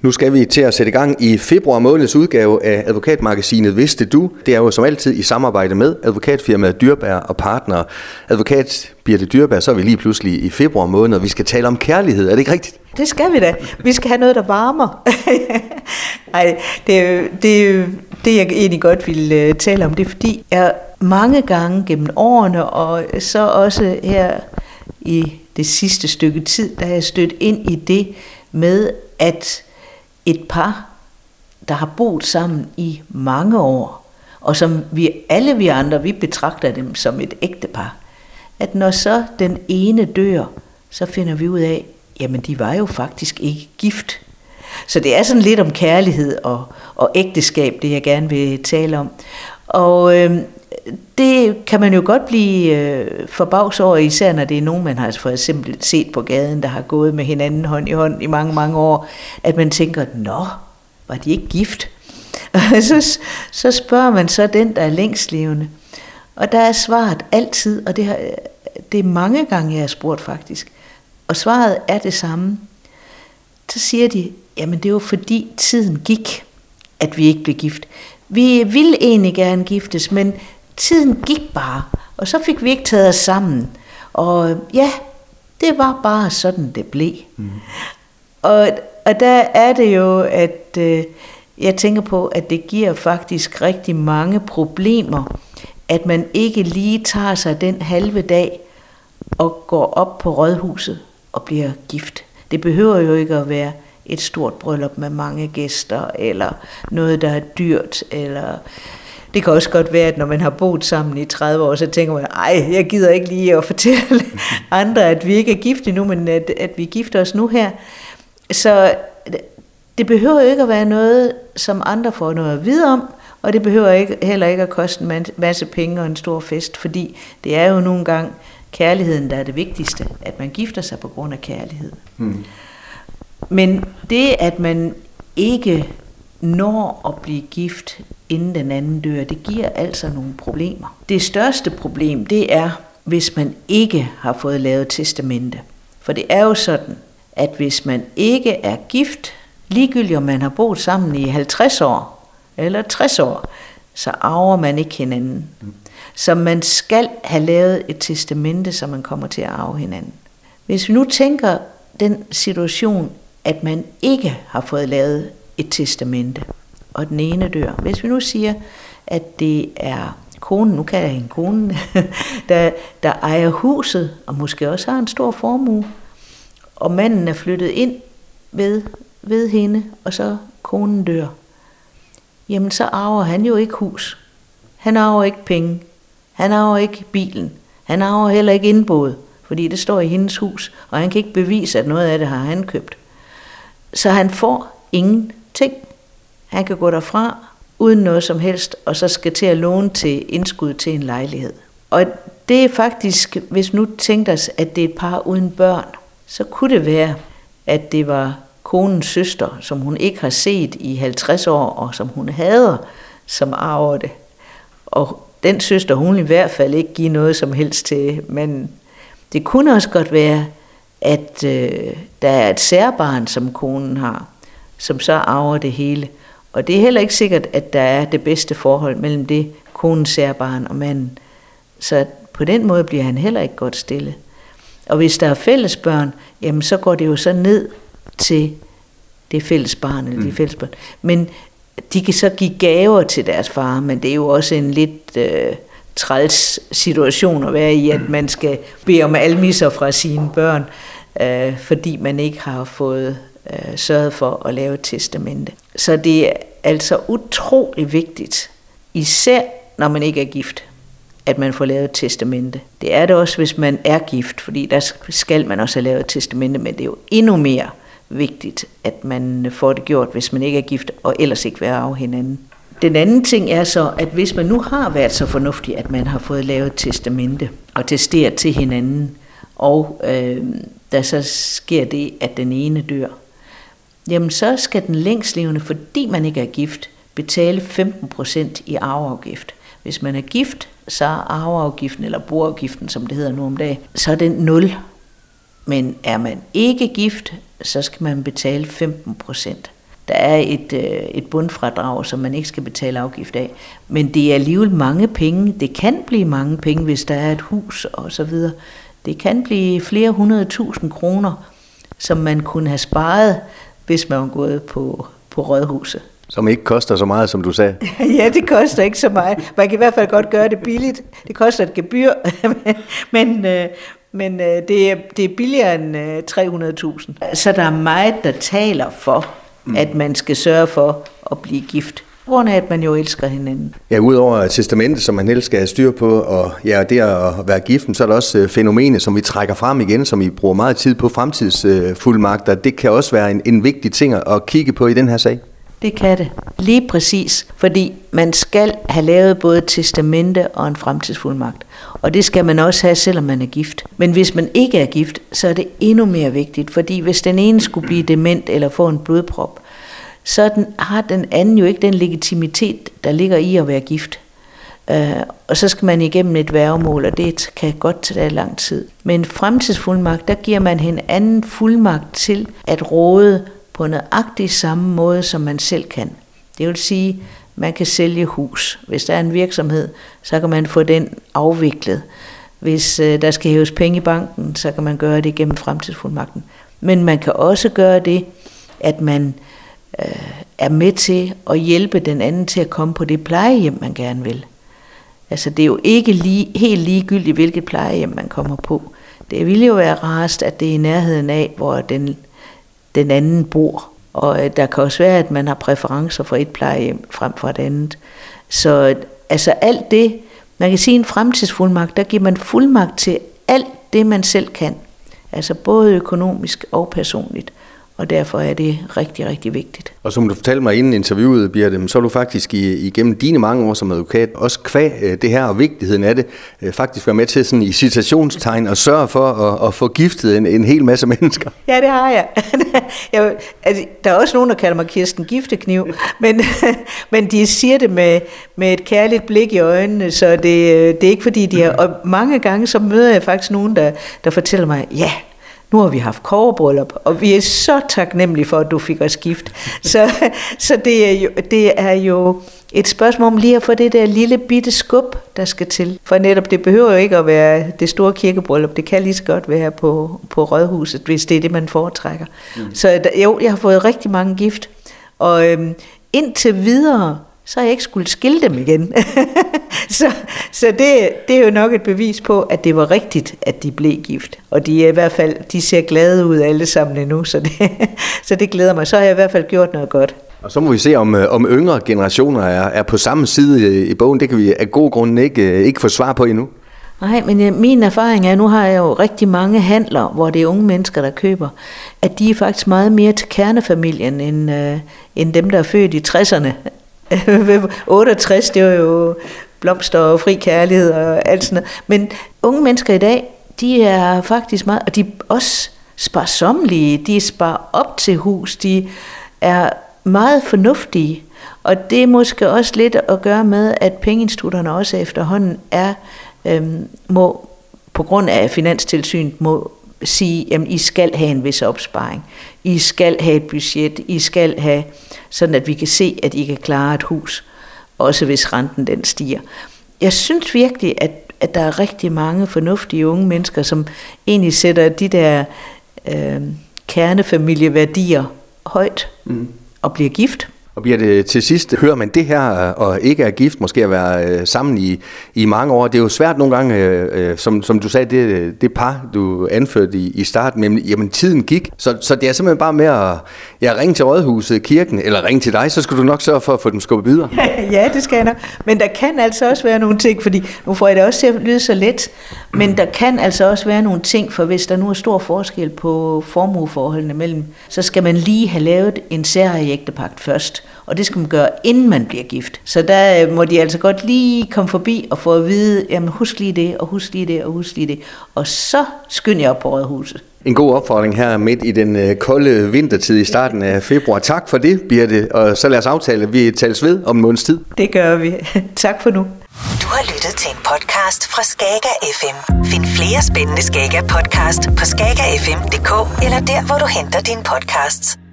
Nu skal vi til at sætte i gang i februar måneds udgave af Advokatmagasinet Vidste Du. Det er jo som altid i samarbejde med advokatfirmaet Dyhrberg og partnere. Advokat Birthe Dyhrberg, så er vi lige pludselig i februar måned, og vi skal tale om kærlighed. Er det ikke rigtigt? Det skal vi da. Vi skal have noget, der varmer. Nej, det jeg egentlig godt vil tale om, det er fordi jeg mange gange gennem årene, og så også her i det sidste stykke tid, der er jeg stødt ind i det med, at et par, der har boet sammen i mange år, og som vi andre, vi betragter dem som et ægtepar, at når så den ene dør, så finder vi ud af, jamen de var jo faktisk ikke gift. Så det er sådan lidt om kærlighed og ægteskab, det jeg gerne vil tale om. Og det kan man jo godt blive forbavs over, især når det er nogen, man har for eksempel set på gaden, der har gået med hinanden hånd i hånd i mange, mange år, at man tænker, nå, var de ikke gift? Og så spørger man så den, der er længstlevende. Og der er svaret altid, og det er mange gange, jeg har spurgt faktisk, og svaret er det samme. Så siger de, jamen det er jo fordi tiden gik, at vi ikke blev gift. Vi ville egentlig gerne giftes, men tiden gik bare, og så fik vi ikke taget os sammen. Og ja, det var bare sådan, det blev. Mm. Og der er det jo, at jeg tænker på, at det giver faktisk rigtig mange problemer, at man ikke lige tager sig den halve dag og går op på rådhuset og bliver gift. Det behøver jo ikke at være et stort bryllup med mange gæster, eller noget, der er dyrt, eller det kan også godt være, at når man har boet sammen i 30 år, så tænker man, ej, jeg gider ikke lige at fortælle andre, at vi ikke er gift endnu, men at vi gifter os nu her. Så det behøver jo ikke at være noget, som andre får noget at vide om, og det behøver heller ikke at koste en masse penge og en stor fest, fordi det er jo nogle gange kærligheden, der er det vigtigste, at man gifter sig på grund af kærlighed. Mm. Men det, at man ikke når at blive gift, inden den anden dør, det giver altså nogle problemer. Det største problem, det er, hvis man ikke har fået lavet testamente. For det er jo sådan, at hvis man ikke er gift, ligegyldigt om man har boet sammen i 50 år eller 60 år, så arver man ikke hinanden. Så man skal have lavet et testamente, så man kommer til at arve hinanden. Hvis vi nu tænker den situation, at man ikke har fået lavet et testamente, og den ene dør. Hvis vi nu siger, at det er konen, nu kan jeg en kone, der ejer huset, og måske også har en stor formue, og manden er flyttet ind ved hende, og så konen dør, jamen så arver han jo ikke hus. Han arver ikke penge. Han arver ikke bilen. Han arver heller ikke indboet, fordi det står i hendes hus, og han kan ikke bevise, at noget af det har han købt. Så han får ingenting. Han kan gå derfra uden noget som helst, og så skal til at låne til indskud til en lejlighed. Og det er faktisk, hvis nu tænkte os, at det er et par uden børn, så kunne det være, at det var konens søster, som hun ikke har set i 50 år, og som hun hader, som arver det. Og den søster, hun i hvert fald ikke give noget som helst til, men det kunne også godt være, at der er et særbarn, som konen har, som så arver det hele. Og det er heller ikke sikkert, at der er det bedste forhold mellem det konens særbarn og manden. Så på den måde bliver han heller ikke godt stillet. Og hvis der er fællesbørn, jamen så går det jo så ned til det fællesbarn eller de fællesbørn. Men de kan så give gaver til deres far, men det er jo også en lidt træls situation at være i, at man skal bede om almisser fra sine børn, fordi man ikke har fået sørget for at lave et testamente. Så det er altså utrolig vigtigt, især når man ikke er gift, at man får lavet et testamente. Det er det også, hvis man er gift, fordi der skal man også have lavet et testamente, men det er jo endnu mere vigtigt, at man får det gjort, hvis man ikke er gift, og ellers ikke vil arve hinanden. Den anden ting er så, at hvis man nu har været så fornuftig, at man har fået lavet et testamente og testeret til hinanden, og der så sker det, at den ene dør, jamen så skal den længstlevende, fordi man ikke er gift, betale 15% i arveafgift. Hvis man er gift, så er arveafgiften, eller boafgiften, som det hedder nu om dagen, så er den 0. Men er man ikke gift, så skal man betale 15%. der er et bundfradrag, som man ikke skal betale afgift af. Men det er alligevel mange penge. Det kan blive mange penge, hvis der er et hus og så videre. Det kan blive flere 100.000 kroner, som man kunne have sparet, hvis man var gået på rådhuset. Som ikke koster så meget, som du sagde. Ja, det koster ikke så meget. Man kan i hvert fald godt gøre det billigt. Det koster et gebyr, men det er billigere end 300.000. Så der er meget, der taler for, at man skal sørge for at blive gift. På grund af, at man jo elsker hinanden. Ja, udover testamentet, som man helst skal have styr på, og ja, det at være giften, så er der også fænomener, som vi trækker frem igen, som I bruger meget tid på, fremtidsfuldmagter. Det kan også være en vigtig ting at kigge på i den her sag. Det kan det. Lige præcis, fordi man skal have lavet både et testamente og en fremtidsfuldmagt. Og det skal man også have, selvom man er gift. Men hvis man ikke er gift, så er det endnu mere vigtigt, fordi hvis den ene skulle blive dement eller få en blodprop, så har den anden jo ikke den legitimitet, der ligger i at være gift. Og så skal man igennem et værgemål, og det kan godt tage lang tid. Men en fremtidsfuldmagt, der giver man hinanden fuldmagt til at råde på nøjagtig samme måde, som man selv kan. Det vil sige, man kan sælge hus. Hvis der er en virksomhed, så kan man få den afviklet. Hvis der skal hæves penge i banken, så kan man gøre det gennem fremtidsfuldmagten. Men man kan også gøre det, at man er med til at hjælpe den anden til at komme på det plejehjem, man gerne vil. Altså det er jo ikke helt ligegyldigt, hvilket plejehjem man kommer på. Det ville jo være rarest, at det er i nærheden af, hvor den anden bor. Og der kan også være, at man har præferencer for et plejehjem frem for et andet. Så altså alt det, man kan sige en fremtidsfuldmagt, der giver man fuldmagt til alt det, man selv kan. Altså både økonomisk og personligt. Og derfor er det rigtig, rigtig vigtigt. Og som du fortalte mig inden interviewet, Birte, så er du faktisk igennem dine mange år som advokat, også kvæg det her og vigtigheden af det, faktisk været med til sådan i citationstegn og sørge for at få giftet en hel masse mennesker. Ja, det har jeg. Der er også nogen, der kalder mig Kirsten Giftekniv, men de siger det med et kærligt blik i øjnene, så det er ikke fordi de har. Og mange gange så møder jeg faktisk nogen, der fortæller mig, ja, nu har vi haft kobberbryllup, og vi er så taknemmelige for, at du fik os gift. Så det er jo et spørgsmål om lige at få det der lille bitte skub, der skal til. For netop, det behøver jo ikke at være det store kirkebryllup. Det kan lige så godt være på rådhuset, hvis det er det, man foretrækker. Så jeg har fået rigtig mange gift. Og indtil videre, så har jeg ikke skulle skille dem igen. så det er jo nok et bevis på, at det var rigtigt, at de blev gift. Og de er i hvert fald, de ser glade ud alle sammen endnu, så det glæder mig. Så har jeg i hvert fald gjort noget godt. Og så må vi se, om yngre generationer er på samme side i bogen. Det kan vi af gode grunde ikke få svar på endnu. Nej, men min erfaring er, nu har jeg jo rigtig mange handler, hvor det er unge mennesker, der køber, at de er faktisk meget mere til kernefamilien, end dem, der er født i 60'erne. 68, det var jo blomster og fri kærlighed og alt sådan noget. Men unge mennesker i dag, de er faktisk meget, og de er også sparsommelige, de sparer op til hus, de er meget fornuftige. Og det er måske også lidt at gøre med, at pengeinstitutterne også efterhånden må, på grund af Finanstilsynet, må sige, jamen I skal have en vis opsparing, I skal have et budget, I skal have, sådan at vi kan se, at I kan klare et hus, også hvis renten den stiger. Jeg synes virkelig, at der er rigtig mange fornuftige unge mennesker, som egentlig sætter de der kernefamilieværdier højt og bliver gift. Og bliver det til sidst, hører man det her, og ikke er gift, måske at være sammen i mange år. Det er jo svært nogle gange, som du sagde, det par, du anførte i starten, men jamen, tiden gik. Så det er simpelthen bare med at ringe til rådhuset, kirken, eller ringe til dig, så skal du nok sørge for at få dem skubbet videre. Ja, det skal jeg nok. Men der kan altså også være nogle ting, fordi nu får jeg det også til at lyde så let, men der kan altså også være nogle ting, for hvis der nu er stor forskel på formueforholdene mellem, så skal man lige have lavet en særeægtepagt først. Og det skal man gøre, inden man bliver gift. Så der må de altså godt lige komme forbi og få at vide, jamen husk lige det, og husk lige det, og husk lige det. Og så skynd jeg op på rådhuset. En god opfordring her midt i den kolde vintertid i starten af februar. Tak for det, Birte. Og så lad os aftale, at vi tales ved om en måneds tid. Det gør vi. Tak for nu. Du har lyttet til en podcast fra Skager FM. Find flere spændende Skager podcast på skagerfm.dk eller der, hvor du henter dine podcasts.